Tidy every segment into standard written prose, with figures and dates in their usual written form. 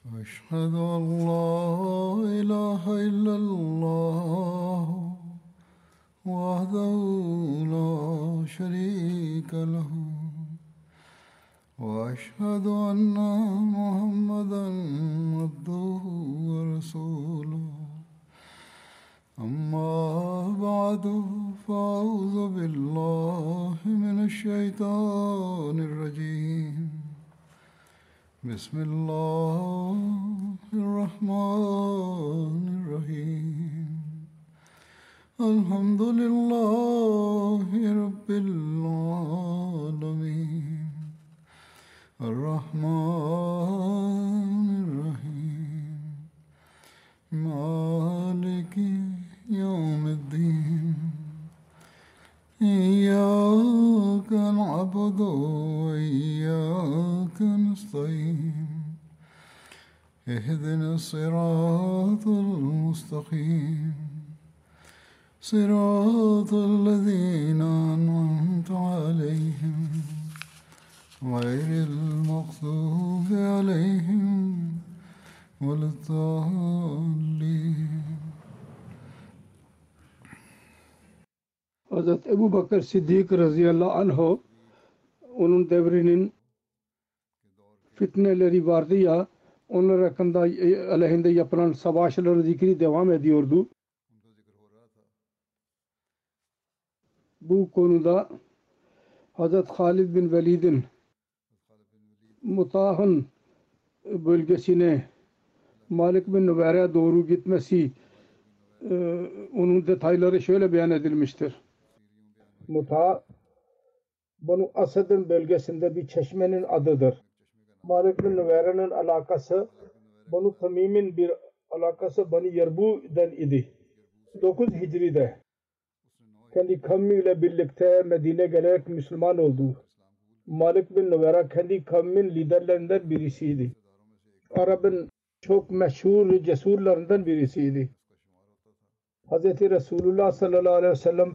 أشهد أن لا إله إلا الله وحده لا شريك له وأشهد أن محمدا عبده ورسوله أما بعد فأعوذ بالله من الشيطان الرجيم بسم الله الرحمن الرحيم الحمد لله رب العالمين الرحمن الرحيم مالك يوم الدين إياك نعبد وإياك نستعين اهدنا الصراط المستقيم صراط الذين أنعمت عليهم غير المغضوب عليهم ولا الضالين. Hazret Ebu Bakır Siddik radıyallahu anh onun devrinin fitneleri vardı ya, onlar hakkında aleyhinde yapılan savaşların zikri devam ediyordu. Bu konuda Hazret Halid bin Velid'in Mutah'ın bölgesine Malik bin Nüveyr'e doğru gitmesi, onun detayları şöyle beyan edilmiştir. Muta, Banu Asad'ın bölgesinde bir çeşmenin adıdır. Malik bin Nüveyr'in alakası, Banu Tamim'in bir alakası Bani Yerbu'den idi. 9 Hicri'de kendi kavmiyle birlikte Medine gelerek Müslüman oldu. Malik bin Nüveyr kendi kavmin liderlerinden birisiydi. Arap'ın çok meşhur cesurlarından birisiydi. Hz. Resulullah sallallahu aleyhi ve sellem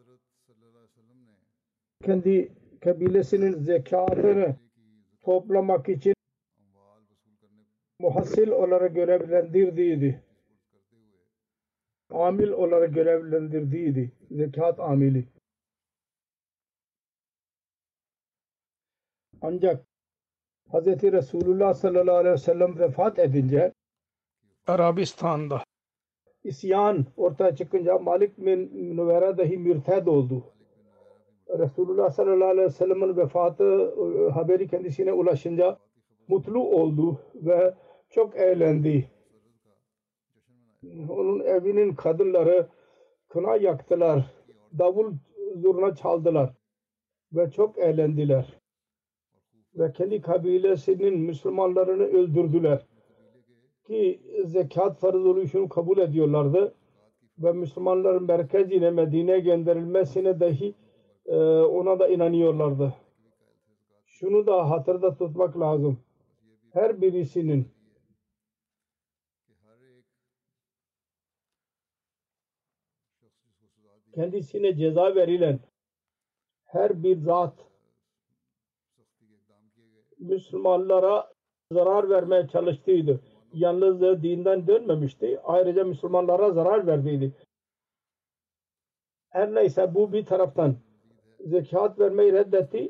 kendi kabilesinin zekatını toplamak için muhassil olarak görevlendirdiğiydi. Amil olarak görevlendirdiğiydi. Zekat amili. Ancak Hz. Resulullah sallallahu aleyhi ve sellem vefat edince Arabistan'da isyan ortaya çıkınca Malik bin Nüveyr dahi mürted oldu. Resulullah sallallahu aleyhi ve sellem'in vefatı haberi kendisine ulaşınca mutlu oldu ve çok eğlendi. Onun evinin kadınları kına yaktılar, davul zurna çaldılar ve çok eğlendiler. Ve kendi kabilesinin Müslümanlarını öldürdüler ki zekat farz oluşunu kabul ediyorlardı ve Müslümanların merkezine Medine'ye gönderilmesine dahi ona da inanıyorlardı. Şunu da hatırda tutmak lazım. Her birisinin kendisine ceza verilen her bir zat Müslümanlara zarar vermeye çalıştıydı. Yalnız dinden dönmemişti. Ayrıca Müslümanlara zarar verdiydi. Her neyse bu bir taraftan zekat vermeyi reddetti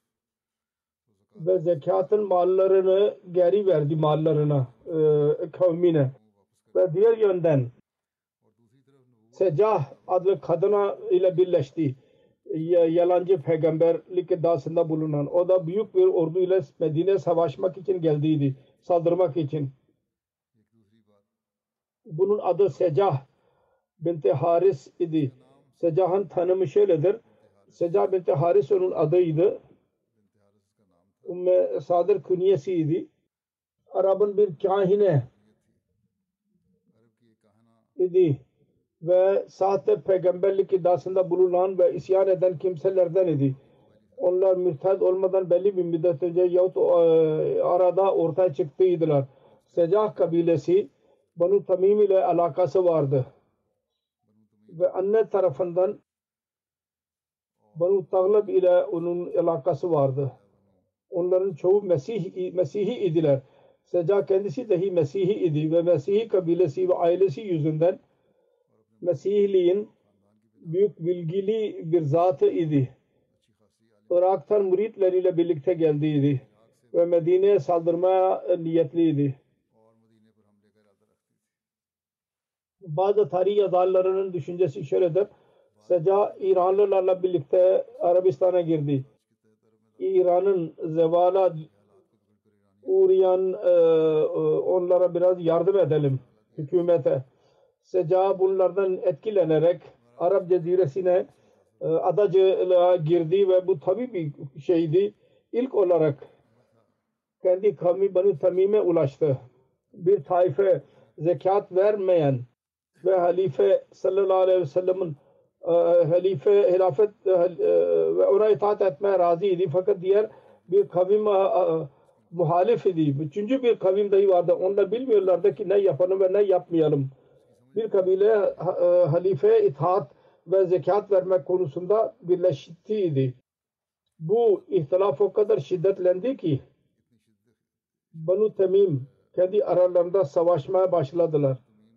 ve zekatın mallarını geri verdi mallarına, kavmine. Ve diğer yönden Secah adlı kadına ile birleşti. Yalancı peygamberlik iddiasında bulunan. O da büyük bir ordu ile Medine'ye savaşmak için geldiydi. Saldırmak için. Bunun adı Secah binti Haris idi. Secah'ın tanımı şöyledir. Secah binti Haris onun adıydı. Ümmü Sadır künyesiydi. Arap'ın bir kahine idi. Ve sahte peygamberlik iddiasında bulunan ve isyan eden kimselerden idi. Onlar mürted olmadan belli bir müddet önce yahut arada ortaya çıktıydılar. Secah kabilesi Banu Tamim ile alakası vardı. Ve anne tarafından Banu Tağlab ile onun alakası vardı. Onların çoğu Mesih'i idiler. Seca kendisi dahi Mesih'i idi ve Mesih'i kabilesi ve ailesi yüzünden Mesihliğin büyük bilgili bir zatı idi. Irak'tan müritleriyle birlikte geldiydi ve Medine'ye saldırmaya niyetliydi. Bazı tarih yazarlarının düşüncesi şöyledir. Seca İranlılarla birlikte Arabistan'a girdi. İran'ın zevala uğrayan onlara biraz yardım edelim hükümete. Seca bunlardan etkilenerek Arap Ceziresine adacılığa girdi ve bu tabii bir şeydi. İlk olarak kendi kavmi Banu Tamim'e ulaştı. Bir taife zekat vermeyen ve halife sallallahu aleyhi ve sellem'in hilafet ve ona itaat etmeye razı idi. Fakat diğer bir kavim muhalif idi. Üçüncü bir kavim dahi vardı. Onlar bilmiyorlardı ki ne yapalım ve ne yapmayalım. Bir kabile halifeye itaat ve zekat vermek konusunda birleştiydi. Bu ihtilaf o kadar şiddetlendi ki Banu Tamim kendi aralarında savaşmaya başladılar.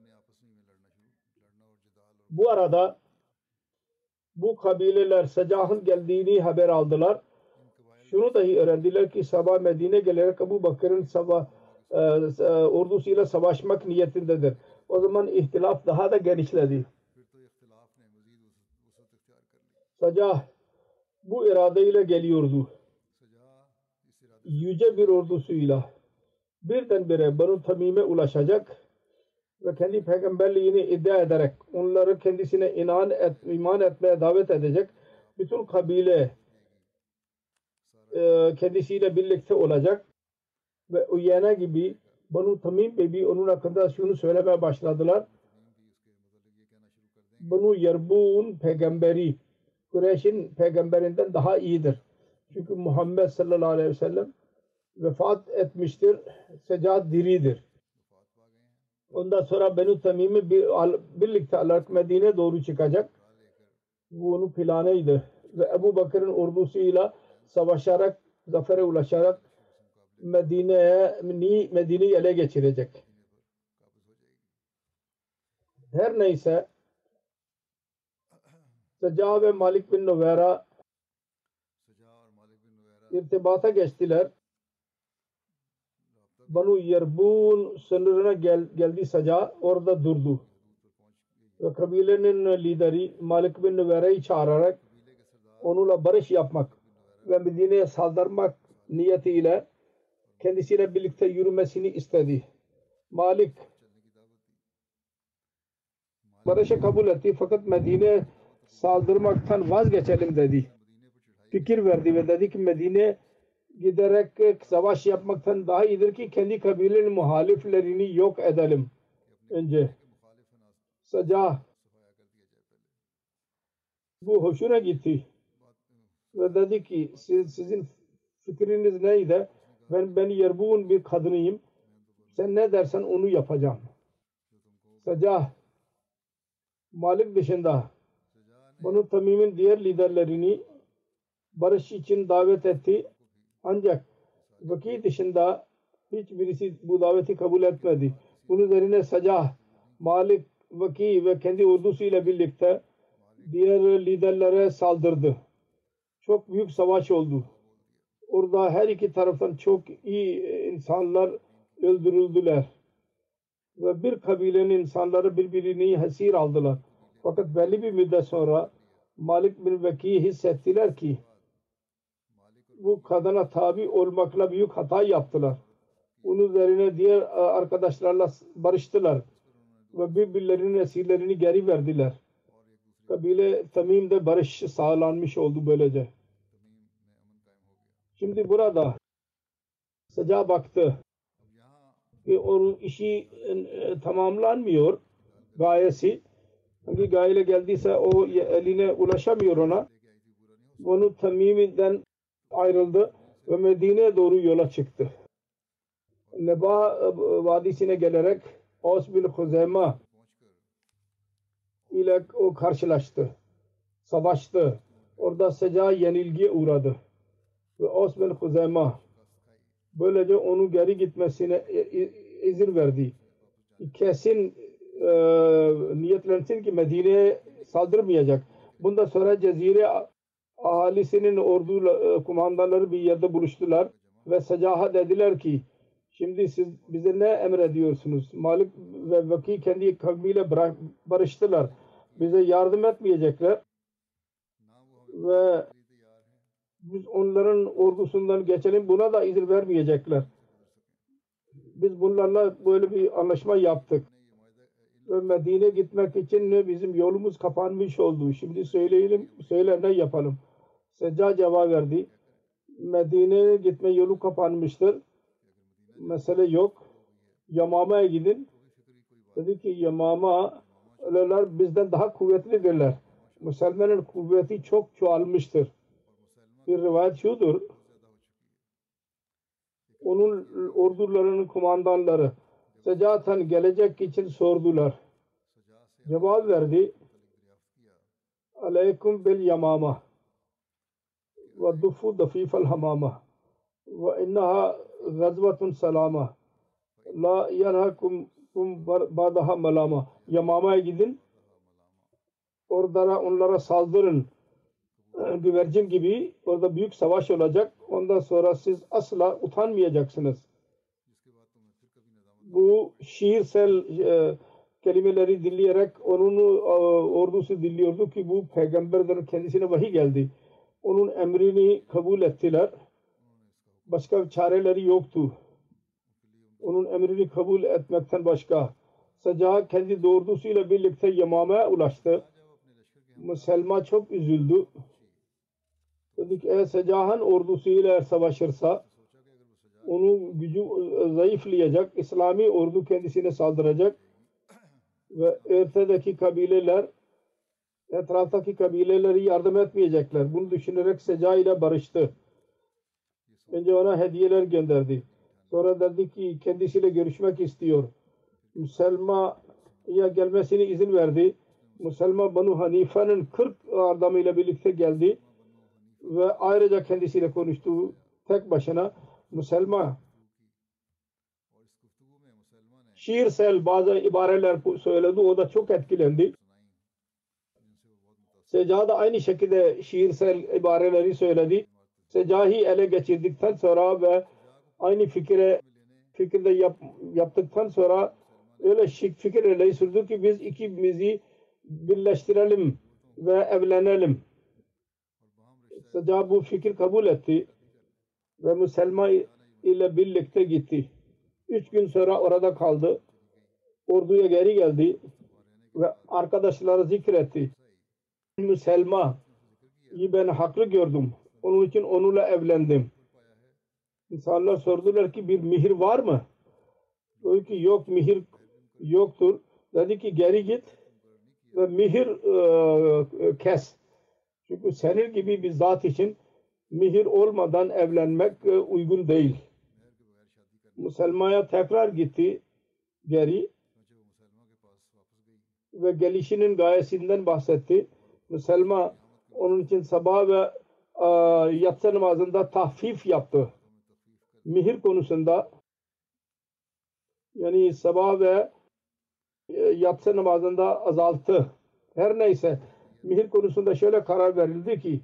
Bu arada bu kabileler Secah'ın geldiğini haber aldılar. Şunu dahi öğrendiler ki sabah Medine gelerek Ebu Bakır'ın ordusuyla savaşmak niyetindedir. O zaman ihtilaf daha da genişledi. Secah bu iradeyle geliyordu. Yüce bir ordusuyla birdenbire Banu Tamim'e ulaşacak ve kendi peygamberliğini iddia ederek onları kendisine iman etmeye davet edecek. Bütün kabile kendisiyle birlikte olacak ve Uyeyne gibi Banu Tamim gibi onun hakkında şunu söylemeye başladılar. Banu Yerbun peygamberi Kureyş'in peygamberinden daha iyidir. Çünkü Muhammed sallallahu aleyhi ve sellem vefat etmiştir. Seccad diridir. Ondan sonra Banu Tamim'i birlikte alarak Medine'ye doğru çıkacak. Bu onun planıydı. Ve Ebu Bakır'ın ordusuyla savaşarak, zafere ulaşarak Medine'yi ele geçirecek. Her neyse Secah ve Malik bin Nuveyra irtibata geçtiler. Banu Yerbun sınırına geldi Secah. Orada durdu. Ve kabilenin lideri Malik bin Nuveyra'yı çağırarak onunla barış yapmak ve Medine'ye saldırmak niyetiyle kendisiyle birlikte yürümesini istedi. Malik barışı kabul etti fakat Medine'ye saldırmaktan vazgeçelim dedi. Fikir verdi ve dedi ki Medine giderek savaş yapmaktan daha iyidir ki kendi kabilenin muhaliflerini yok edelim önce. Secah bu hoşuna gitti ve dedi ki sizin fikriniz neydi? Ben Yerbun bir kadınıyım. Sen ne dersen onu yapacağım. Secah Malik dışında Banu Tamim'in diğer liderlerini barış için davet etti. Ancak Vaki dışında hiçbirisi bu daveti kabul etmedi. Bunun üzerine Secah, Malik, Vaki ve kendi ordusuyla birlikte diğer liderlere saldırdı. Çok büyük savaş oldu. Orada her iki taraftan çok iyi insanlar öldürüldüler. Ve bir kabilenin insanları birbirini esir aldılar. Fakat belli bir müddet sonra Malik bin Vaki hissettiler ki bu kadına tabi olmakla büyük hata yaptılar. Onun üzerine diğer arkadaşlarla barıştılar ve birbirlerinin esirlerini geri verdiler. Kabile Tamim'de barış sağlanmış oldu böylece. Şimdi burada Secah baktı ki onun işi tamamlanmıyor gayesi. Hangi gayeyle geldiyse o eline ulaşamıyor ona. Banu Tamim'den ayrıldı ve Medine'ye doğru yola çıktı. Neba Vadisi'ne gelerek Aus bin Huzeyma ile o karşılaştı. Savaştı. Orada Secah yenilgiye uğradı. Ve Aus bin Huzeyma Böylece onun geri gitmesine izin verdi. Kesin niyetlensin ki Medine'ye saldırmayacak. Bundan sonra Cezire ahalisinin ordu kumandanları bir yerde buluştular ve Secah'a dediler ki şimdi siz bize ne emrediyorsunuz? Malik ve Vaki kendi kavmiyle barıştılar. Bize yardım etmeyecekler ve biz onların ordusundan geçelim, buna da izin vermeyecekler. Biz bunlarla böyle bir anlaşma yaptık ve Medine'ye gitmek için bizim yolumuz kapanmış oldu. Şimdi söyle ne yapalım? Secca cevap verdi. Medine'ye gitme yolu kapanmıştır. Mesele yok. Yamama'ya gidin. Dedi ki Yamama'lar bizden daha kuvvetlidirler. Müslümanların kuvveti çok çoğalmıştır. Bir rivayet şudur. Onun ordularının kumandanları Secah'tan gelecek için sordular. Cevap verdi. Aleyküm bil Yamama ve dufu dafifal hamama ve innaha gazvetun salama la yanhakum ba'daha malama. Yamama'ya gidin. Orada onlara saldırın. Güvercin gibi orada büyük savaş olacak. Ondan sonra siz asla utanmayacaksınız. Bu şiirsel kelimeleri dinleyerek onun ordusu dinliyordu ki bu peygamberden kendisine vahiy geldi. Onun emrini kabul ettiler. Başka çareleri yoktu. Onun emrini kabul etmekten başka. Secah kendi ordusuyla birlikte Yamama'ya ulaştı. Müslüman çok üzüldü. Dedi ki eğer Secah'ın ordusuyla savaşırsa onun gücü zayıflayacak. İslami ordu kendisine saldıracak ve ertedeki kabileler etraftaki kabileleri yardım etmeyecekler. Bunu düşünerek Secah ile barıştı. Önce ona hediyeler gönderdi. Sonra dedi ki kendisiyle görüşmek istiyor. Müslüman'a gelmesine izin verdi. Müslüman Banu Hanife'nin 40 adamıyla birlikte geldi ve ayrıca kendisiyle konuştu tek başına. Müslüman şiirsel bazı ibareler söyledi. O da çok etkilendi. Secah da aynı şekilde şiirsel ibareleri söyledi. Secah'ı ele geçirdikten sonra ve aynı fikirde yaptıktan sonra öyle şık fikirle sürdü ki biz ikimizi birleştirelim ve evlenelim. Secah bu fikir kabul etti ve Müslüman ile birlikte gitti. 3 gün sonra orada kaldı. Orduya geri geldi ve arkadaşları zikretti. Müslüman'ı ben haklı gördüm. Onun için onunla evlendim. İnsanlar sordular ki bir mihir var mı? Dedi ki yok, mihir yoktur. Dedi ki geri git ve mihir kes. Çünkü senin gibi bir zat için mihir olmadan evlenmek uygun değil. Müslüman'a tekrar gitti geri ve gelişinin gayesinden bahsetti. Müslüman onun için sabah ve yatsı namazında tahfif yaptı. Mihir konusunda yani sabah ve yatsı namazında azalttı. Her neyse mihir konusunda şöyle karar verildi ki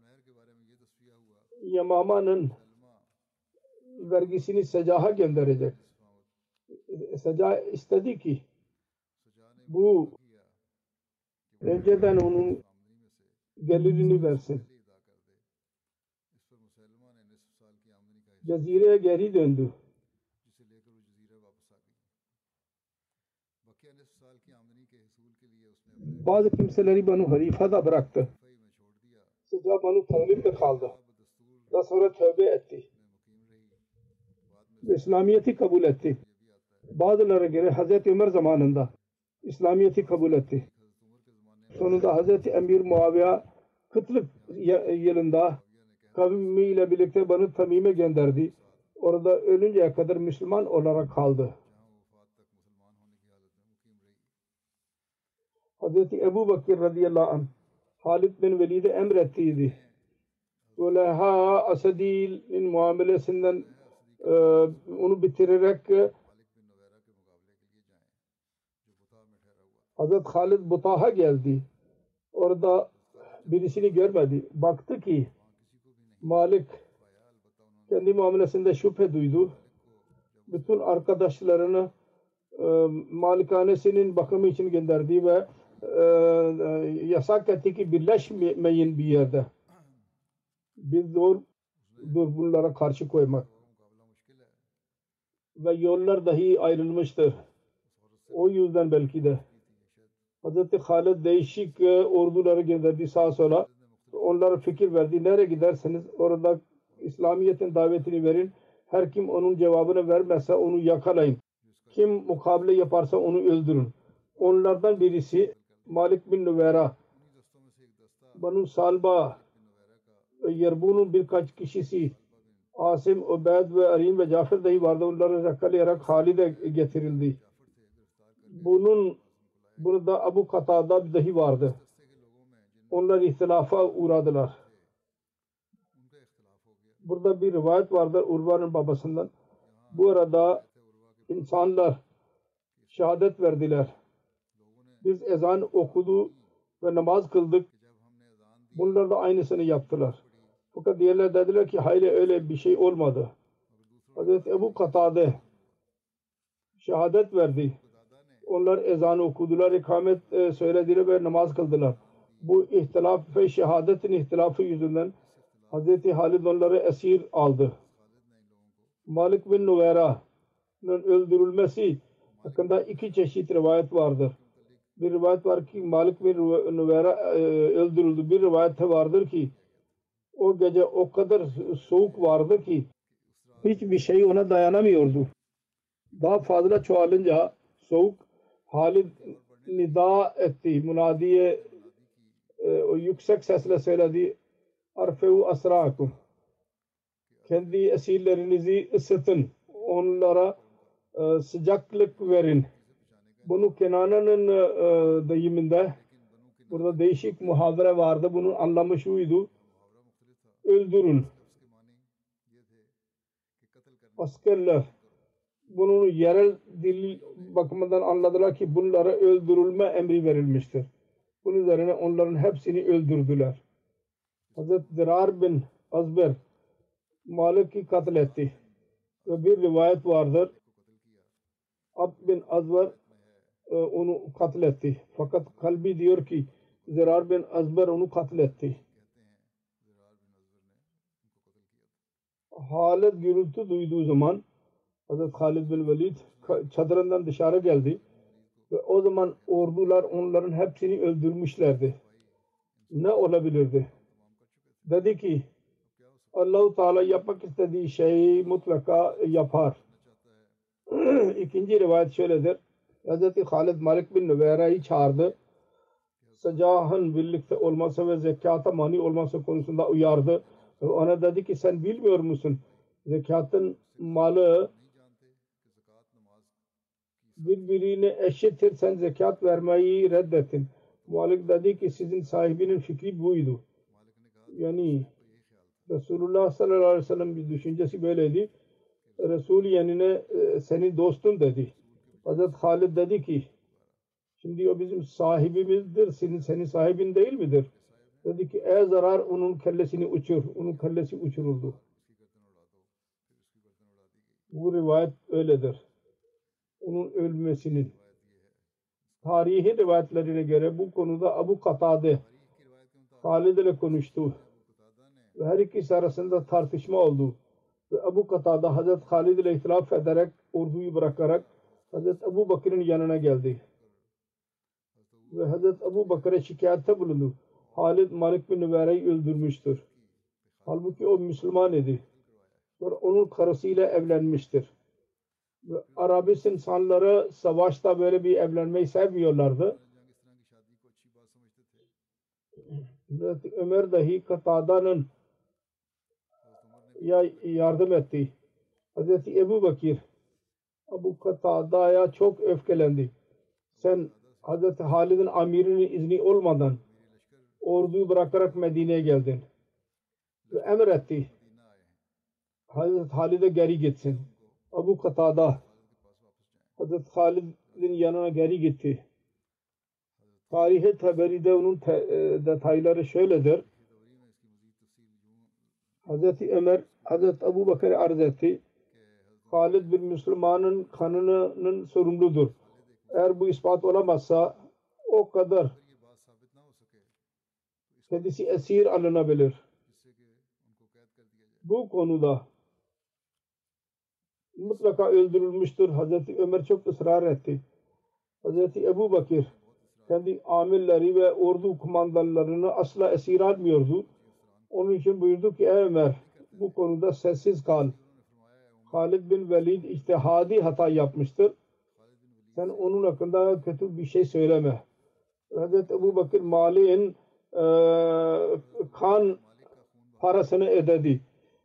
Yamama'nın vergisini Secah'a gönderecek. Secah istedi ki bu önceden onun gelirini versin. Cezire'ye geri döndü. Bazı kimseleri Banu Hanife'de bıraktı. Secah Banu Tamim'de kaldı. Daha sonra tövbe etti. İslamiyet'i kabul etti. Bazılara göre Hazreti Ömer zamanında İslamiyet'i kabul etti. Sonunda Hazreti Emir Muaviye kıtlık yılında kavmiyle birlikte Banu Tamim'e gönderdi. Orada ölünceye kadar Müslüman olarak kaldı. Hazreti Ebu Bakır radıyallahu anh Halid bin Velid'e emrettiydi. Suleyha Asadi'nin muamelesinden onu bitirerek Hazret Halid Butah'a geldi. Orada birisini görmedi. Baktı ki Malik kendi muamelesinde şüphe duydu. Bütün arkadaşlarını malikanesinin bakımı için gönderdi ve yasak etti ki birleşmeyin bir yerde. Bir zor bunlara karşı koymak. Ve yollar dahi ayrılmıştır. O yüzden belki de Hazreti Halid değişik orduları gönderdi sağa sola. Onlara fikir verdi. Nereye giderseniz orada İslamiyet'in davetini verin. Her kim onun cevabını vermezse onu yakalayın. Kim mukabele yaparsa onu öldürün. Onlardan birisi Malik bin Nüvera, Banu Salba ve Yerbun'un birkaç kişisi, Asim, Ubeyd ve Arim ve Cafer dahi vardı. Onları yakalayarak Halid'e getirildi. Burada Abu Katada dahi vardı. Onlar ihtilafa uğradılar. Burada bir rivayet vardır Urva'nın babasından. Bu arada insanlar şehadet verdiler. Biz ezan okudu ve namaz kıldık. Bunlar da aynısını yaptılar. Fakat diğerler dediler ki hayır öyle bir şey olmadı. Hazreti Ebu Katade şehadet verdi. Onlar ezanı okudular, ikamet söylediler ve namaz kıldılar. Bu ihtilaf ve şehadetin ihtilafı yüzünden Hazreti Halid onları esir aldı. Malik bin Nuveyra'nın öldürülmesi hakkında iki çeşit rivayet vardır. Bir rivayet var ki Malik bin Nuveyra öldürüldü. Bir rivayet vardır ki o gece o kadar soğuk vardı ki hiçbir şey ona dayanamıyordu. Daha fazla çoğalınca soğuk Halid nida etti. Munadiye o yüksek sesle söyledi. Arfeu asrakum. Kendi esirlerinizi ısıtın. Onlara sıcaklık verin. Bunu Kenana'nın deyiminde burada değişik muhadere vardı. Bunun anlamı şuydu. Öldürün. Askerler bunun yerel dil bakımından anladılar ki bunlara öldürülme emri verilmiştir. Bunun üzerine onların hepsini öldürdüler. Hazreti Zirar bin Azber Malik'i katletti. Ve bir rivayet vardır. Abd bin Azber onu katletti. Fakat kalbi diyor ki Zirar bin Azber onu katletti. Halid gürültü duyduğu zaman Hazreti Halid bin Velid çadırından dışarı geldi ve o zaman ordular onların hepsini öldürmüşlerdi. Ne olabilirdi? Dedi ki Allah-u Teala yapmak istediği şeyi mutlaka yapar. İkinci rivayet şöyledir. Hazreti Halid Malik bin Nüveyra'yı çağırdı. Secahın birlikte olması ve zekata mani olması konusunda uyardı. Ve ona dedi ki sen bilmiyor musun? Zekatın malı birbirine eşittir. Sen zekat vermeyi reddettin. Malik dedi ki sizin sahibinin fikri buydu. Yani Resulullah sallallahu aleyhi ve sellem bir düşüncesi böyleydi. Resul yanine senin dostun dedi. Hazreti Halid dedi ki şimdi o bizim sahibimizdir. Senin sahibin değil midir? Dedi ki ey zarar onun kellesini uçur. Onun kellesi uçuruldu. Bu rivayet öyledir. Onun ölmesinin. Tarihi rivayetlerine göre bu konuda Abu Katade Halid ile konuştu. Ve her ikisi arasında tartışma oldu. Ve Abu Katade Hazreti Halid ile ihtilaf ederek orduyu bırakarak Hazreti Ebu Bakır'ın yanına geldi. Ve Hazreti Ebu Bakır'a şikayette bulundu. Halid Malik bin Nüveyra'yı öldürmüştür. Halbuki o Müslüman idi. Sonra onun karısıyla evlenmiştir. Ve Arabist insanları savaşta böyle bir evlenmeyi sevmiyorlardı. Hazreti Ömer dahi Katada'nın yardım etti. Hazreti Ebu Bakır Abu Katada'ya çok öfkelendi. Sen Hazreti Halid'in amirinin izni olmadan orduyu bırakarak Medine'ye geldin. Ve emretti. Hazreti Halid'e geri gitsin. Abu Katada Hazreti Halid'in yanına geri gitti. Tarih-i Taberi'de onun detayları şöyledir. Hazreti Ömer Hazreti Ebu Bakır'ı arz etti. Halid bir Müslümanın kanının sorumludur. Eğer bu ispat olamazsa o kadar kendisi esir alınabilir. Bu konuda mutlaka öldürülmüştür. Hazreti Ömer çok ısrar etti. Hazreti Ebu Bakır kendi amirleri ve ordu kumandanlarını asla esir almıyordu. Onun için buyurdu ki ey Ömer bu konuda sessiz kal. Halid bin Velid ictihadi hata yapmıştır. Sen onun hakkında kötü bir şey söyleme. Hazreti Ebu Bakır Mali'nin kan parasını ödedi.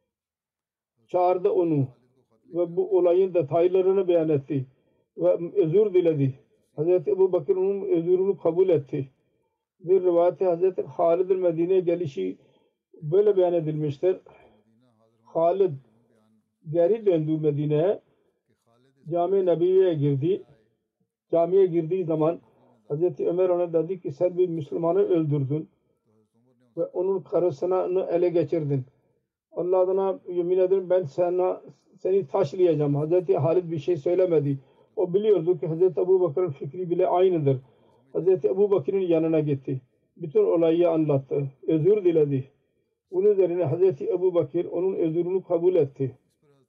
Çağırdı onu ve bu olayın detaylarını beyan etti ve özür diledi. Hazreti Ebu Bakır onun özürünü kabul etti. Bir rivayette Hazreti Halid'in Medine'ye gelişi böyle beyan edilmiştir. Halid geri döndü Medine'ye. Cami-i Nebiye'ye girdi. Camiye girdiği zaman Hazreti Ömer ona dedi ki sen bir Müslümanı öldürdün ve onun karısını ele geçirdin. Allah adına yemin ederim ben seni taşlayacağım. Hazreti Halid bir şey söylemedi. O biliyordu ki Hazreti Ebu Bakır'ın fikri bile aynıdır. Hazreti Ebu Bakır'ın yanına gitti. Bütün olayı anlattı. Özür diledi. Bunun üzerine Hazreti Ebu Bakır onun özrünü kabul etti.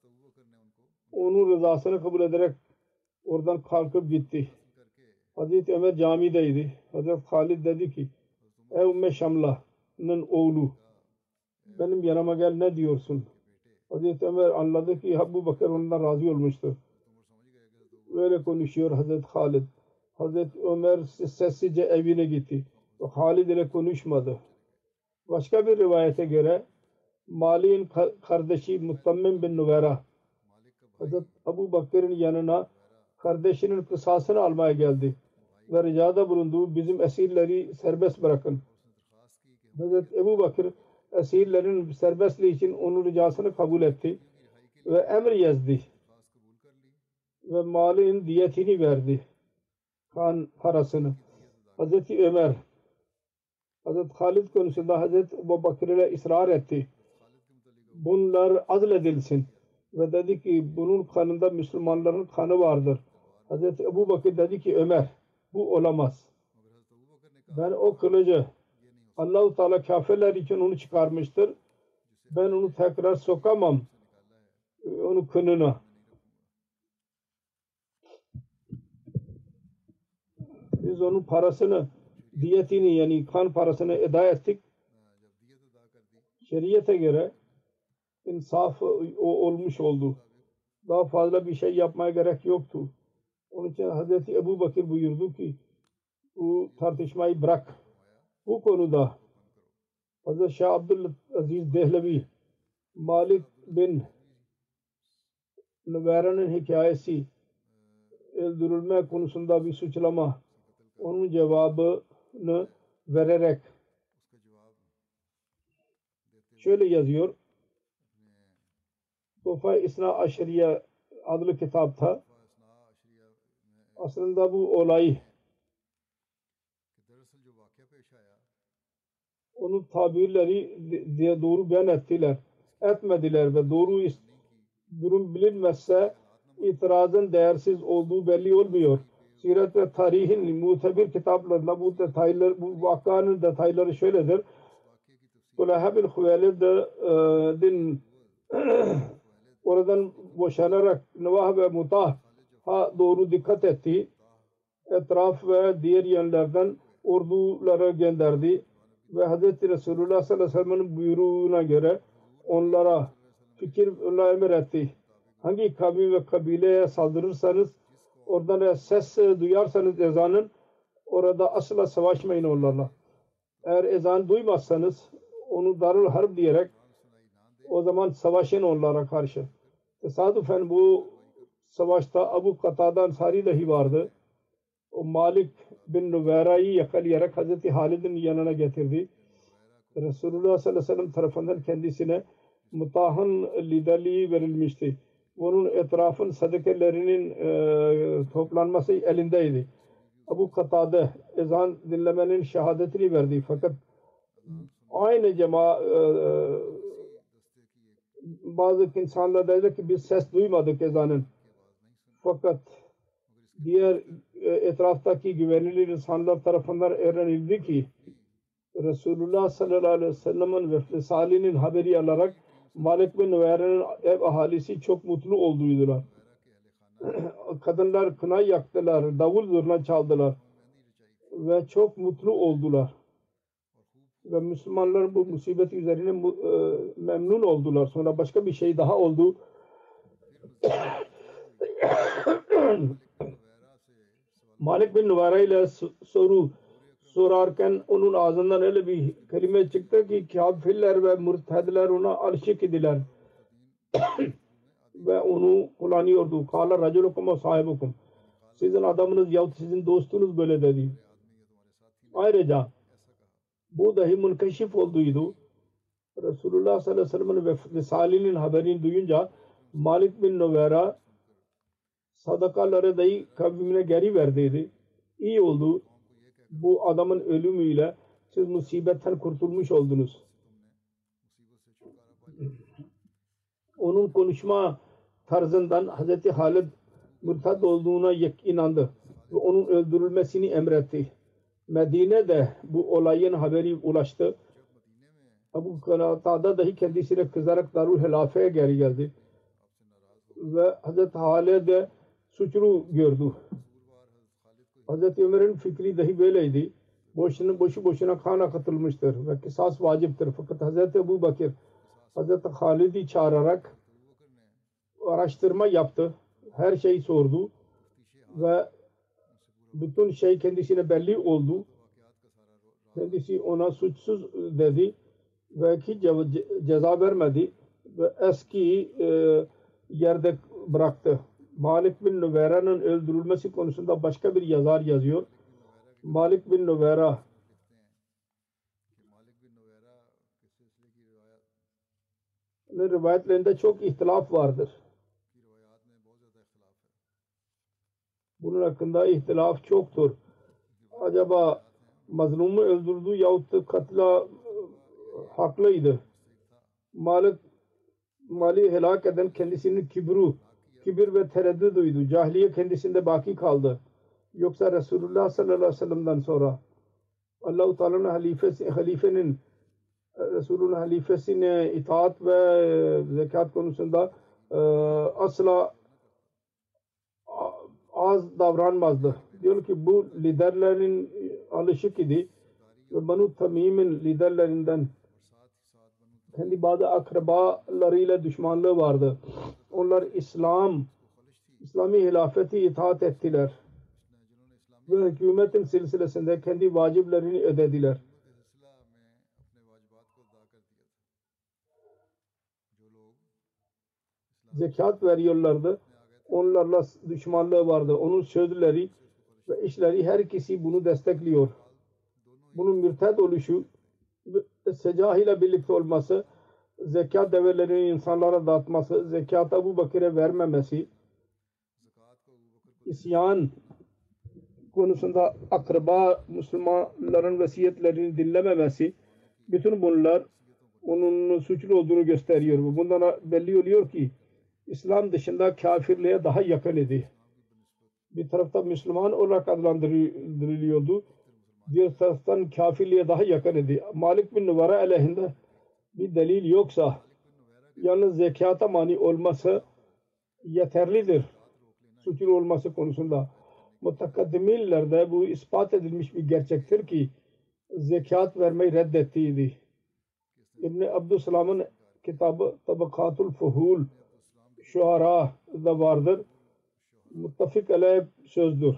Onun rızasını kabul ederek oradan kalkıp gitti. Hazreti Ömer camideydi. Hazreti Halid dedi ki ey Ümmü Şamla'nın oğlu benim yanıma gel ne diyorsun? Hazreti Ömer anladı ki Ebu Bakır ondan razı olmuştur. Böyle konuşuyor Hazreti Halid. Hazreti Ömer sessizce evine gitti. Ve Halid ile konuşmadı. Başka bir rivayete göre Mali'nin kardeşi Muttammim bin Nuvera Hazreti Ebu Bakır'ın yanına kardeşinin kısasını almaya geldi. Ve ricada bulundu bizim esirleri serbest bırakın. Hazreti Ebu Bakır esirlerin serbestliği için onun ricasını kabul etti ve emir yazdı ve malın diyetini verdi, kan parasını. Hazreti Ömer Hazreti Halid konusunda Hazreti Ebu Bakır ile ısrar etti. Bunlar azledilsin ve dedi ki bunun kanında Müslümanların kanı vardır. Hazreti Ebu Bakır dedi ki Ömer bu olamaz. Ben o kılıcı Allah-u Teala kafirler için onu çıkarmıştır. Ben onu tekrar sokamam. Onun kınına. Biz onun parasını, diyetini yani kan parasını eda ettik. Şeriyete göre insaf olmuş oldu. Daha fazla bir şey yapmaya gerek yoktu. Onun için Hazreti Ebu Bakır buyurdu ki bu tartışmayı bırak. Bu konuda Hazreti Şah Abdülaziz Dehlevi Malik bin Nuvera'nın hikayesi öldürülme konusunda bir suçlama onun cevabını vererek şöyle yazıyor. Tuhfa-i İsna Aşriye adlı kitapta aslında bu olay onun tabirleri diye doğru beyan etmediler ve doğru durum bilinmezse itirazın değersiz olduğu belli olmuyor. Siret ve tarihin mutabir kitaplarında bu detaylar, bu vakanın detayları şöyledir. Kulahab bin Hüveylid'in oradan boşanarak Nevah ve Mutah'a doğru dikkat etti. Etraf ve diğer yönlerden ordulara gönderdi ve Hz. Resulullah sallallahu aleyhi ve sellem'in buyruğuna göre onlara emir etti. Hangi kavim ve kabileye saldırırsanız oradan ses duyarsanız ezanın orada asla savaşmayın onlarla. Eğer ezan duymazsanız onu Darul Harp diyerek o zaman savaşın onlara karşı. Tesadüfen bu savaşta Abu Katada Ansari dahi vardı. O Malik bin Nuvera'yı yakalayarak Hazreti Halid'in yanına getirdi. Resulullah sallallahu aleyhi ve sellem tarafından kendisine Mutah'ın liderliği verilmişti. Bunun etrafın sadekelerinin toplanması elindeydi. Abu Katade ezan dinlemenin şehadetini verdi. Fakat aynı bazı insanlar dedi ki biz ses duymadık ezanın. Fakat diğer etraftaki güvenilir insanlar tarafından öğrenildi ki Resulullah sallallahu aleyhi ve sellem'in vesalinin haberi alarak Malik bin Nüveyra'nın ev ahalisi çok mutlu olduydular. Kadınlar kına yaktılar, davul zurna çaldılar ve çok mutlu oldular. Ve Müslümanlar bu musibet üzerine memnun oldular. Sonra başka bir şey daha oldu. Malik bin Nüveyra ile soru sorarken onun ağzından öyle bir kelime çıktı ki kafirler ve mürtedler ona alışık idiler. Ve onu kullanıyordu. Kâle raculukum ve sahibukum. Sizin adamınız yahut sizin dostunuz böyle dedi. Ayrıca bu dahi münkeşif olduydu. Resulullah sallallahu aleyhi ve sellem'in vesalinin haberini duyunca Malik bin Nüveyra sadakaları dahi kavmine geri verdiydi. İyi oldu. Bu adamın ölümüyle siz musibetten kurtulmuş oldunuz. Onun konuşma tarzından Hz. Halid mürted olduğuna inandı ve onun öldürülmesini emretti. Medine'de bu olayın haberi ulaştı. Abu Katade dahi kendisine kızarak Darul Hilafe'ye geri geldi. Ve Hz. Halid'e suçlu gördü. Hz. Ömer'in fikri dahi böyleydi. Boşu boşuna kana katılmıştır ve kısas vaciptir. Fakat Hz. Ebu Bakır Hz. Halid'i çağırarak araştırma yaptı. Her şeyi sordu ve bütün şey kendisine belli oldu. Kendisi ona suçsuz dedi ve ki ceza vermedi ve eski yerde bıraktı. Malik bin Nüveyra'nın öldürülmesi konusunda başka bir yazar yazıyor. Malik bin Nüveyra rivayetlerinde çok ihtilaf vardır. Bunun hakkında ihtilaf çoktur. Acaba mazlumu öldürdü yahut katla haklıydı. Mali helak eden kendisinin kibir ve tereddüdüydü. Cahiliye kendisinde baki kaldı. Yoksa Resulullah sallallahu aleyhi ve sellem'den sonra Allah-u Teala'nın halifenin Resul'ün halifesine itaat ve zekat konusunda asla az davranmazdı. Diyor ki bu liderlerin alışık idi ve Banu Tamim'in liderlerinden kendi bazı akrabalarıyla düşmanlığı vardı. Onlar İslami hilafeti itaat ettiler ve hükümetin silsilesinde kendi vaciplerini ödediler. Zekat veriyorlardı. Onlarla düşmanlığı vardı. Onun sözleri ve işleri herkesi bunu destekliyor. Bunun mürted oluşu secah ile birlikte olması, zekat develerini insanlara dağıtması, zekat Ebu Bakır'a vermemesi, isyan konusunda akraba Müslümanların vasiyetlerini dinlememesi, bütün bunlar onun suçlu olduğunu gösteriyor. Bundan belli oluyor ki İslam dışında kafirliğe daha yakın idi. Bir tarafta Müslüman olarak adlandırılıyordu. Diğer taraftan kafirliğe daha yakın idi. Malik bin Nüveyra aleyhinde bir delil yoksa yalnız zekata mani olması yeterlidir. Suçlu olması konusunda. Mutakaddimilerde bu ispat edilmiş bir gerçektir ki zekat vermeyi reddettiydi. İbn-i Abdüsselam'ın kitabı Tabakatul Fuhul Şuara'da vardır. Muttafik aleyh sözdür.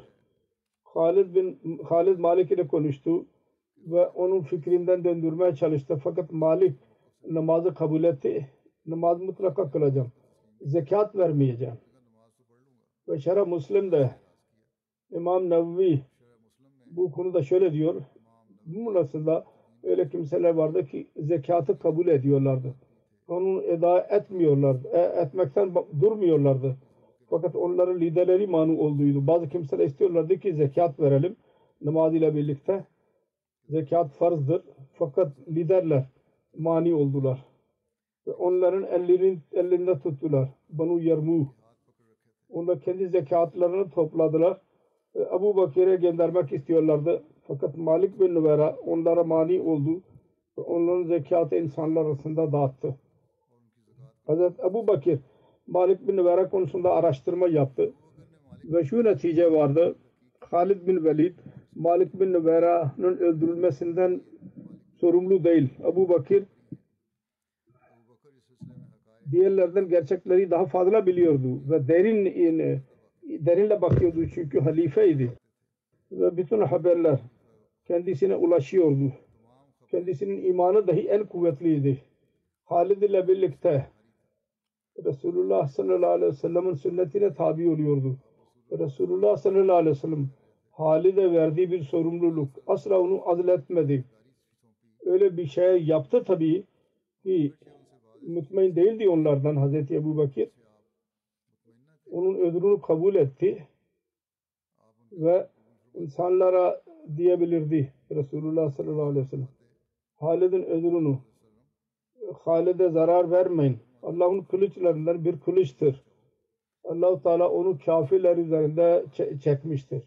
Halid Malik ile konuştu ve onun fikrinden döndürmeye çalıştı. Fakat Malik namazı kabul etti. Namaz mutlaka kılacağım. Zekat vermeyeceğim. Ve Şerh Müslim'de İmam Nevevi bu konuda şöyle diyor. Bu arasında öyle kimseler vardı ki zekatı kabul ediyorlardı. onu eda etmiyorlardı. Etmekten durmuyorlardı. Fakat onların liderleri manu olduydu. Bazı kimseler istiyorlardı ki zekat verelim namaz ile birlikte. Zekat farzdır. Fakat liderler mani oldular. Ve onların ellerinde tuttular. Banu Yarmu. Onlar kendi zekatlarını topladılar. Ebu Bakir'e göndermek istiyorlardı. Fakat Malik bin Nüvera onlara mani oldu. Ve onların zekatı insanlar arasında dağıttı. Hazreti Ebu Bakir Malik bin Nüvera konusunda araştırma yaptı. Ve şu netice vardı. Halid bin Velid Malik bin Nüvera'nın öldürülmesinden sorumlu değil. Ebu Bakir diğerlerden gerçekleri daha fazla biliyordu ve derinle bakıyordu çünkü halifeydi ve bütün haberler kendisine ulaşıyordu. Kendisinin imanı dahi en kuvvetliydi. Halid ile birlikte Resulullah sallallahu aleyhi ve sellem'in sünnetine tabi oluyordu. Resulullah sallallahu aleyhi ve sellem Halid'e verdiği bir sorumluluk. Asla onu azletmedi. Öyle bir şey yaptı tabii ki mutmain değildi onlardan Hazreti Ebu Bakir. Onun ödülünü kabul etti ve insanlara diyebilirdi Resulullah sallallahu aleyhi ve sellem. Halid'in ödülünü Halid'e zarar vermeyin. Allah'ın kılıçlarından bir kılıçtır. Allah-u Teala onu kafirler üzerinde çekmiştir.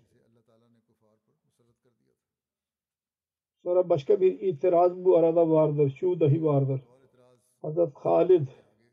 Sonra başka bir itiraz bu arada vardır. Şu dahi vardır. Hazret Halid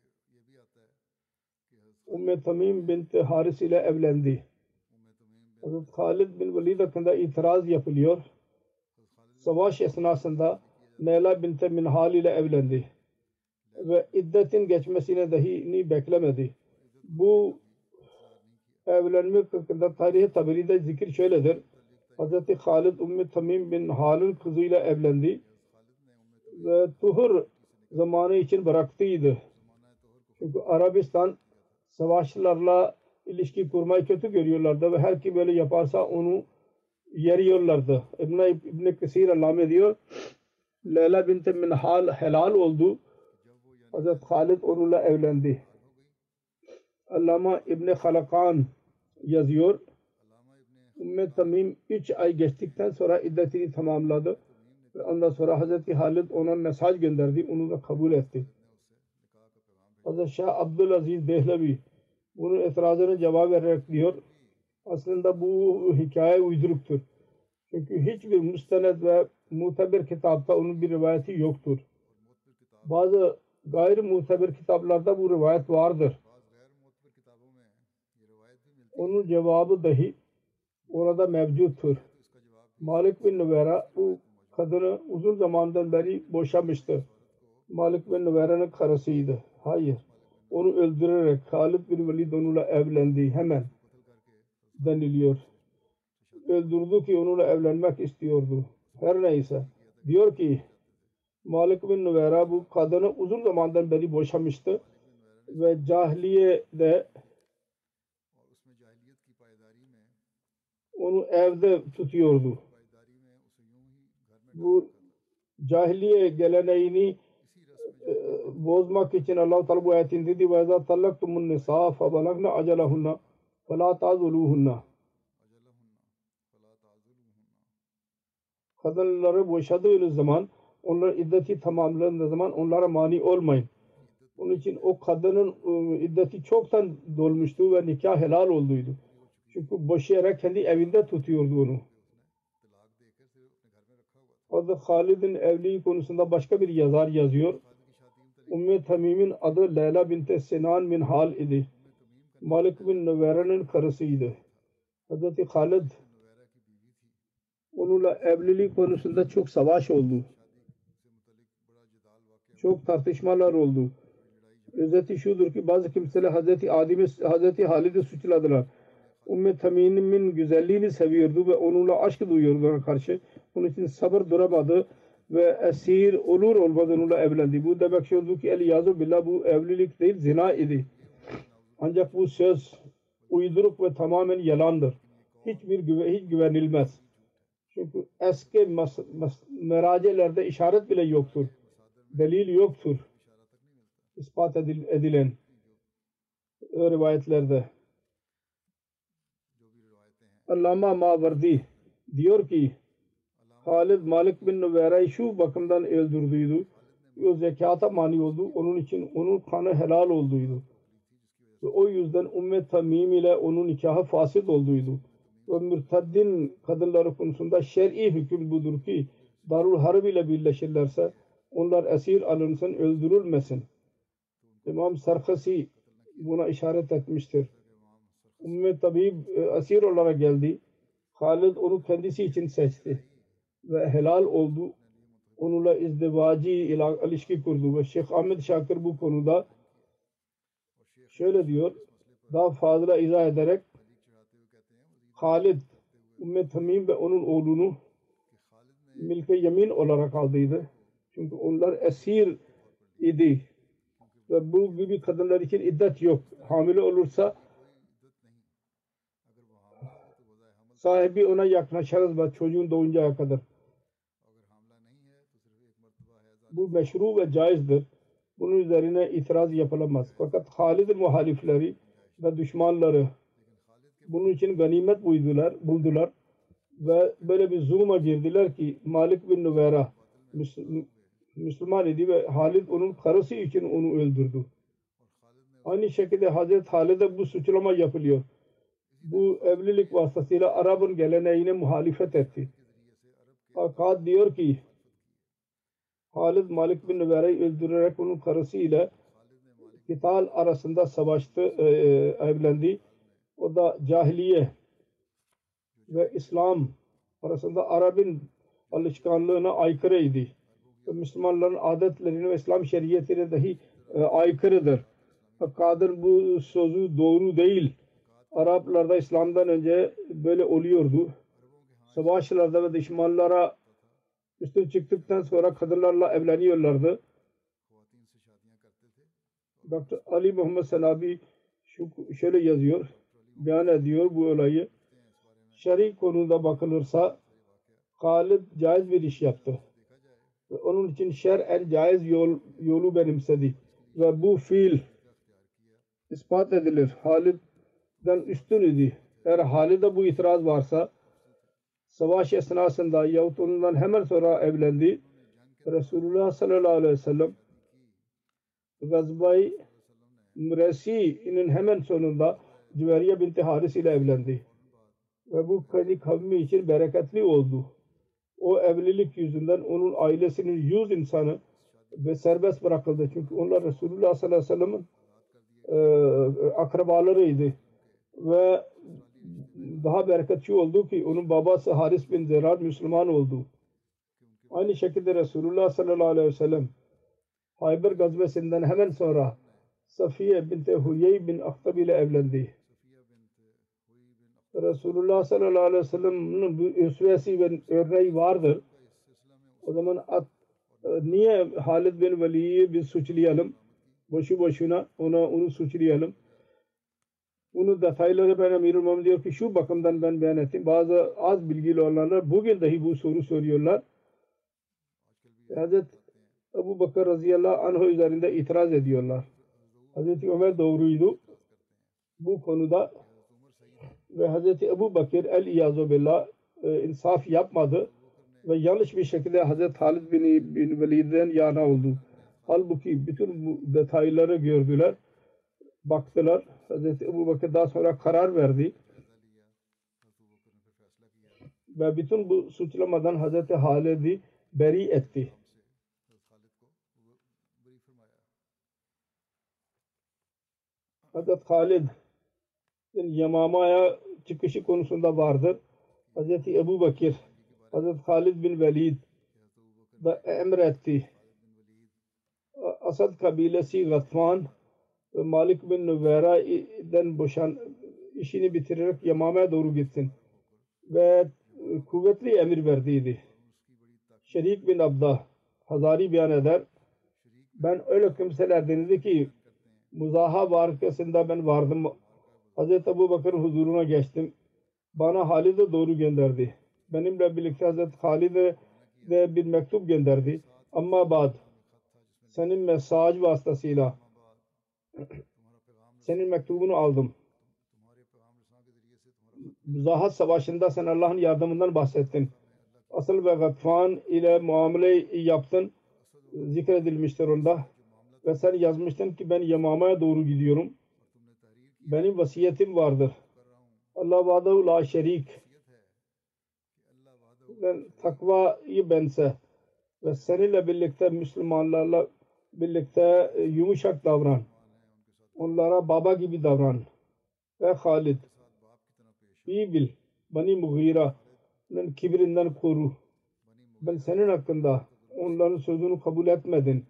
Ümmü Tamim binti Haris ile evlendi. Hazret Halid bin Velid hakkında itiraz yapılıyor. Savaş esnasında Leyla binti Minhal ile evlendi. Ve iddetin geçmesine dahi beklemedi. Bu evlenmek hakkında tarih-i tabiride zikir şöyledir. Hazreti Halid Ümmü Tamim bin Hal'ın kızıyla evlendi. Ve tuhur zamanı için bıraktıydı. Çünkü Arabistan savaşçılarla ilişki kurmayı kötü görüyorlardı ve her kim böyle yaparsa onu yeriyorlardı. İbn-i Kesir allame diyor. Leyla binti Minhal helal oldu. Hazreti Halid onunla evlendi. Allama İbn-i Halakan yazıyor. Ümmü Tamim 3 ay geçtikten sonra iddetini tamamladı. Ve ondan sonra Hazreti Halid ona mesaj gönderdi. Onu da kabul etti. Hazreti Şah Abdülaziz Dehlevi bunun itirazına cevap vererek diyor. Aslında bu hikaye uyduruktur. Çünkü hiçbir müstened ve muteber kitapta onun bir rivayeti yoktur. Bazı gayri muteber kitaplarda bu rivayet vardır. Onun cevabı dahi orada mevcuttur. Malik bin Nüvera bu kadını uzun zamandan beri boşamıştı. Malik bin Nüvera'nın karısıydı. Hayır. Onu öldürerek Halid bin Velid onunla evlendi. Hemen deniliyor. Öldürdü ki onunla evlenmek istiyordu. Her neyse. Diyor ki Malik bin Nüvera bu kadını uzun zamandan beri boşamıştı. Ve cahiliyede onu evde tutuyordu. Bu cahiliye geleneğini bozmak için Allah-u Teala bu ayetin dedi وَاِذَا طَلَّقْتُمُ النِّسَاءَ فَبَلَغْنَ أَجَلَهُنَّ فَلَا تَعْضُلُوهُنَّ Kadınları boşadığınız zaman, onların iddeti tamamladığı zaman onlara mani olmayın. Onun için o kadının iddeti çoktan dolmuştu ve nikah helal olduydu. Çünkü boşayarak kendi evinde tutuyordu onu. Hazreti Halid'in evliliği konusunda başka bir yazar yazıyor. Ümmü Tamim'in adı Leyla binti Sinan bin Hal idi. Malik bin Nüvera'nın karısıydı. Hazreti Halid onunla evliliği konusunda çok savaş oldu. Çok tartışmalar oldu. Özeti şudur ki bazı kimseler Hazreti Halid'i suçladılar. Ümmü Tamim'in güzelliğini seviyordu ve onunla aşk duyuyordu ona karşı. Onun için sabır duramadı ve esir olur olmaz onunla evlendi. Bu demek şey oldu ki el-yazu billah bu evlilik değil zina idi. Ancak bu söz uyduruk ve tamamen yalandır. Hiç güvenilmez. Çünkü eski meracelerde işaret bile yoktur. Delil yoktur. ispat edilen rivayetlerde. Allama Mavardi diyor ki Halid Malik bin Nuveyra'yı şu bakımdan öldürdüydü. O zekata mani oldu. Onun için onun kanı helal olduydu. Ve o yüzden Ümmü Tamim ile onun nikahı fasit olduydu. Ve mürteddin kadınları konusunda şer'i hüküm budur ki Darul Harb ile birleşirlerse onlar esir alınsın, öldürülmesin. İmam Sarkasi buna işaret etmiştir. Ümmü Tamim esir olarak geldi. Halid onu kendisi için seçti ve helal oldu. Onunla izdivacı ilişki kurdu ve Şeyh Ahmed Şakir bu konuda şöyle diyor, daha fazla izah ederek Halid Ümmü Tamim ve onun oğlunu milk-i yemin olarak aldıydı. Çünkü onlar esir idi ve bu gibi kadınlar için iddet yok. Hamile olursa sahibi ona yaklaşırız ve çocuğun doğuncaya kadar. Bu meşru ve caizdir. Bunun üzerine itiraz yapılamaz. Fakat Halid'in muhalifleri ve düşmanları bunun için ganimet buldular ve böyle bir zulma girdiler ki Malik bin Nuveyra Müslüman idi ve Halid onun karısı için onu öldürdü. Aynı şekilde Hazreti Halid'e bu suçlama yapılıyor. Bu evlilik vasıtasıyla Arap'ın geleneğine muhalefet etti. Fakat diyor ki Halid Malik bin Nuveyra'yı öldürerek onun karısı ile Kital arasında savaştı, evlendi. O da cahiliye ve İslam arasında Arap'ın alışkanlığına aykırıydı. Müslümanların adetlerine ve İslam şeriatine dahi aykırıdır. Fakat bu sözü doğru değil. Araplarda İslam'dan önce böyle oluyordu. Savaşlarda ve düşmanlara üstün çıktıktan sonra kadınlarla evleniyorlardı. Dr. Ali Muhammed Sanabi şöyle yazıyor, beyan ediyor bu olayı. Şer'i konuda bakılırsa Halid caiz bir iş yaptı. Ve onun için şer'en caiz yolu benimsedi. Ve bu fiil ispat edilir. Halid'den üstün idi. Eğer Halid'e bu itiraz varsa savaş esnasında yahut ondan hemen sonra evlendi. Resulullah sallallahu aleyhi ve sellem Gazvay Muresi'nin hemen sonunda Cüveriye binti Haris ile evlendi. Ve bu kendi kavmi için bereketli oldu. O evlilik yüzünden onun ailesinin 100 insanı ve serbest bırakıldı. Çünkü onlar Resulullah sallallahu aleyhi ve sellem'in akrabalarıydı. Ve daha bereketli oldu ki onun babası Haris bin Zerar Müslüman oldu. Aynı şekilde Resulullah sallallahu aleyhi ve sellem Hayber gazvesinden hemen sonra Safiye binti Huyey bin Akhtab ile evlendi. Resulullah sallallahu aleyhi ve sellem'in bu üsvesi ve örneği vardır. O zaman niye Halid bin Veli'yi biz suçlayalım? Boşu boşuna onu suçlayalım. Bunu detayları ben Emirül Mu'minin diyor ki şu bakımdan ben beyan ettim. Bazı az bilgili olanlar bugün dahi bu soru soruyorlar. Hazreti Ebu Bakır radıyallahu anh üzerinde itiraz ediyorlar. Hazreti Ömer doğruydu bu konuda ve Hazreti Ebu Bakır el-İyazu billah insaf yapmadı ve yanlış bir şekilde Hazreti Halid bin Velid'den yana oldu. Halbuki bütün bu detayları gördüler, baktılar. Hazreti Ebu Bakır daha sonra karar verdi ve bütün bu suçlamadan Hazreti Halid'i beri etti. Hazreti Halid'in Yamama'ya çıkışı konusunda vardır. Hazreti Ebu Bakır, Hazreti Halid bin Velid da emretti. Asad kabilesi Gatfan ve Malik bin Nuveyra'den işini bitirerek Yamama'ya doğru gitsin. Ve kuvvetli emir verdiydi. Şerik bin Abda Hazari beyan eder. Ben öyle kimselerden dedi ki muzaha varkasında ben vardım. Hazreti Ebu Bakır'ın huzuruna geçtim. Bana Halid'e doğru gönderdi. Benimle birlikte Hazreti Halid'e de bir mektup gönderdi. Ama senin mesaj vasıtasıyla Senin mektubunu aldım. Zahat Savaşı'nda sen Allah'ın yardımından bahsettin. Asıl ve Gatfan ile muamele yaptın. Zikredilmiştir onda. Ve sen yazmıştın ki ben Yamama'ya doğru gidiyorum. Benim vasiyetim vardır. Allah vahdehu la şerik. Ben takvayı bense ve seninle birlikte Müslümanlarla birlikte yumuşak davran. Onlara baba gibi davran. Ve Halid, iyi bil, Bani Mughira'nın kibrinden koru. Ben senin hakkında onların sözünü kabul etmedim.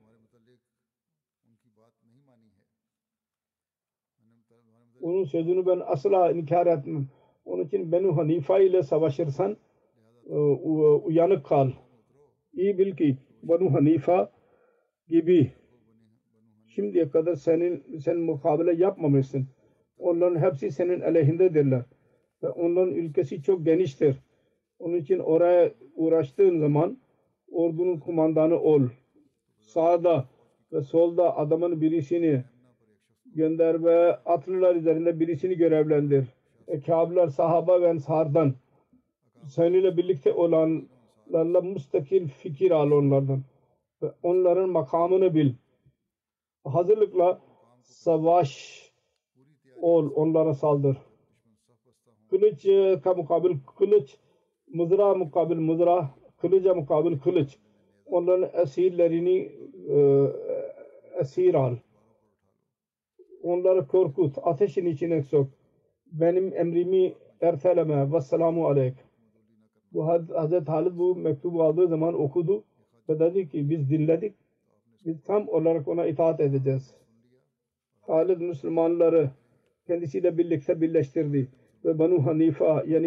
Onun sözünü ben asla inkar etmem. Onun için Benu Hanifa ile savaşırsan uyanık kal. İyi bil ki Benu Hanifa gibi şimdiye kadar sen mukabele yapmamışsın. Onların hepsi senin aleyhindedirler. Ve onların ülkesi çok geniştir. Onun için oraya uğraştığın zaman ordunun kumandanı ol. Sağda ve solda adamın birisini gönder ve atlılar üzerinde birisini görevlendir. Kâblar, sahaba ve ensardan seninle birlikte olanlarla müstakil fikir al onlardan. Ve onların makamını bil. Hazırlıkla savaş ol, onlara saldır. Kılıç mukabil kılıç, mızrağa mukabil mızra, kılıca mukabil kılıç. Onların esirlerini esir al. Onları korkut, ateşin içine sok. Benim emrimi erteleme. Vesselamu aleyk. Bu Hazreti Halid bu mektubu aldığı zaman okudu ve dedi ki biz dinledik. Biz tam olarak ona itaat edeceğiz. Halid Müslümanları kendisiyle birlikte birleştirdi ve Banu Hanifa yani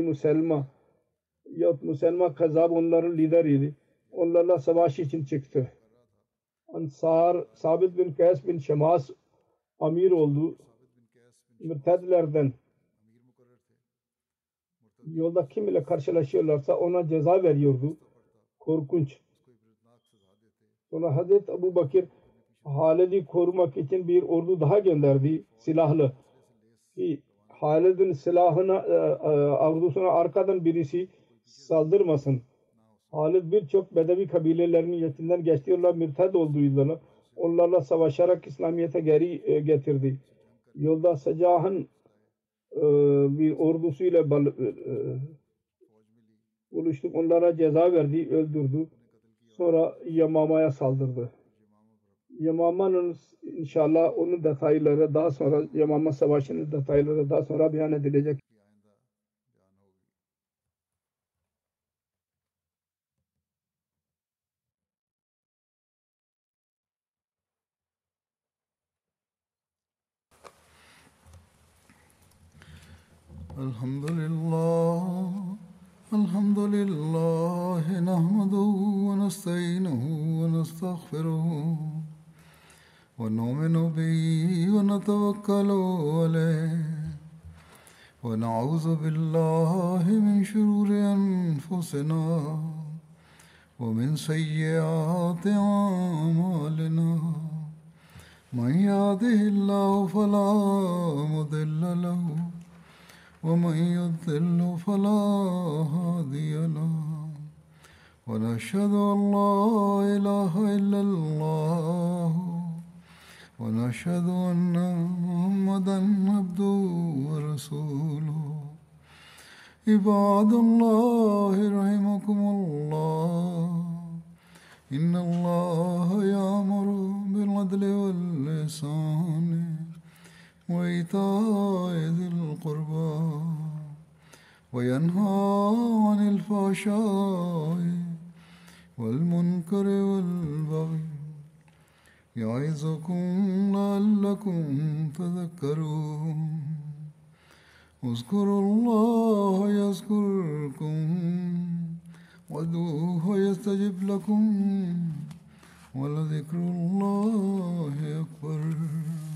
Muselma Kazzab onların lideriydi. Onlarla savaş için çıktı. Ansar Sabit bin Kays bin Şemas amir oldu. Mürtedlerden yolda kim ile karşılaşıyorlarsa ona ceza veriyordu. Korkunç. Sonra Hazreti Ebu Bakır Halid'i korumak için bir ordu daha gönderdi. Silahlı. Ki Halid'in silahına ordusuna arkadan birisi saldırmasın. Halid birçok Bedevi kabilelerinin içinden geçtiyorlar. Mürted olduğuydular. Onlarla savaşarak İslamiyet'e geri getirdi. Yolda Secah'ın bir ordusuyla buluştuk. Onlara ceza verdi, öldürdü. Sonra Yamama'ya saldırdı. Yamama'nın inşallah onun detayları daha sonra Yamama Savaşı'nın detayları daha sonra beyan edilecek. الحمد لله نحمده ونستعينه ونستغفره ونؤمن به ونتوكل عليه ونعوذ بالله من شرور أنفسنا ومن سيئات أعمالنا من يهده الله فلا مضل له ومن يضلل فلا هادي له ونشهد أن لا إله إلا الله ونشهد أن محمدا عبده ورسوله عباد الله رحمكم الله إن الله يأمر بالعدل والإحسان وإيتاء ذي القربى وينهى عن الفحشاء والمنكر والبغي يعظكم لعلكم تذكرون اذكروا الله يذكركم وادعوه يستجب لكم ولذكر الله أكبر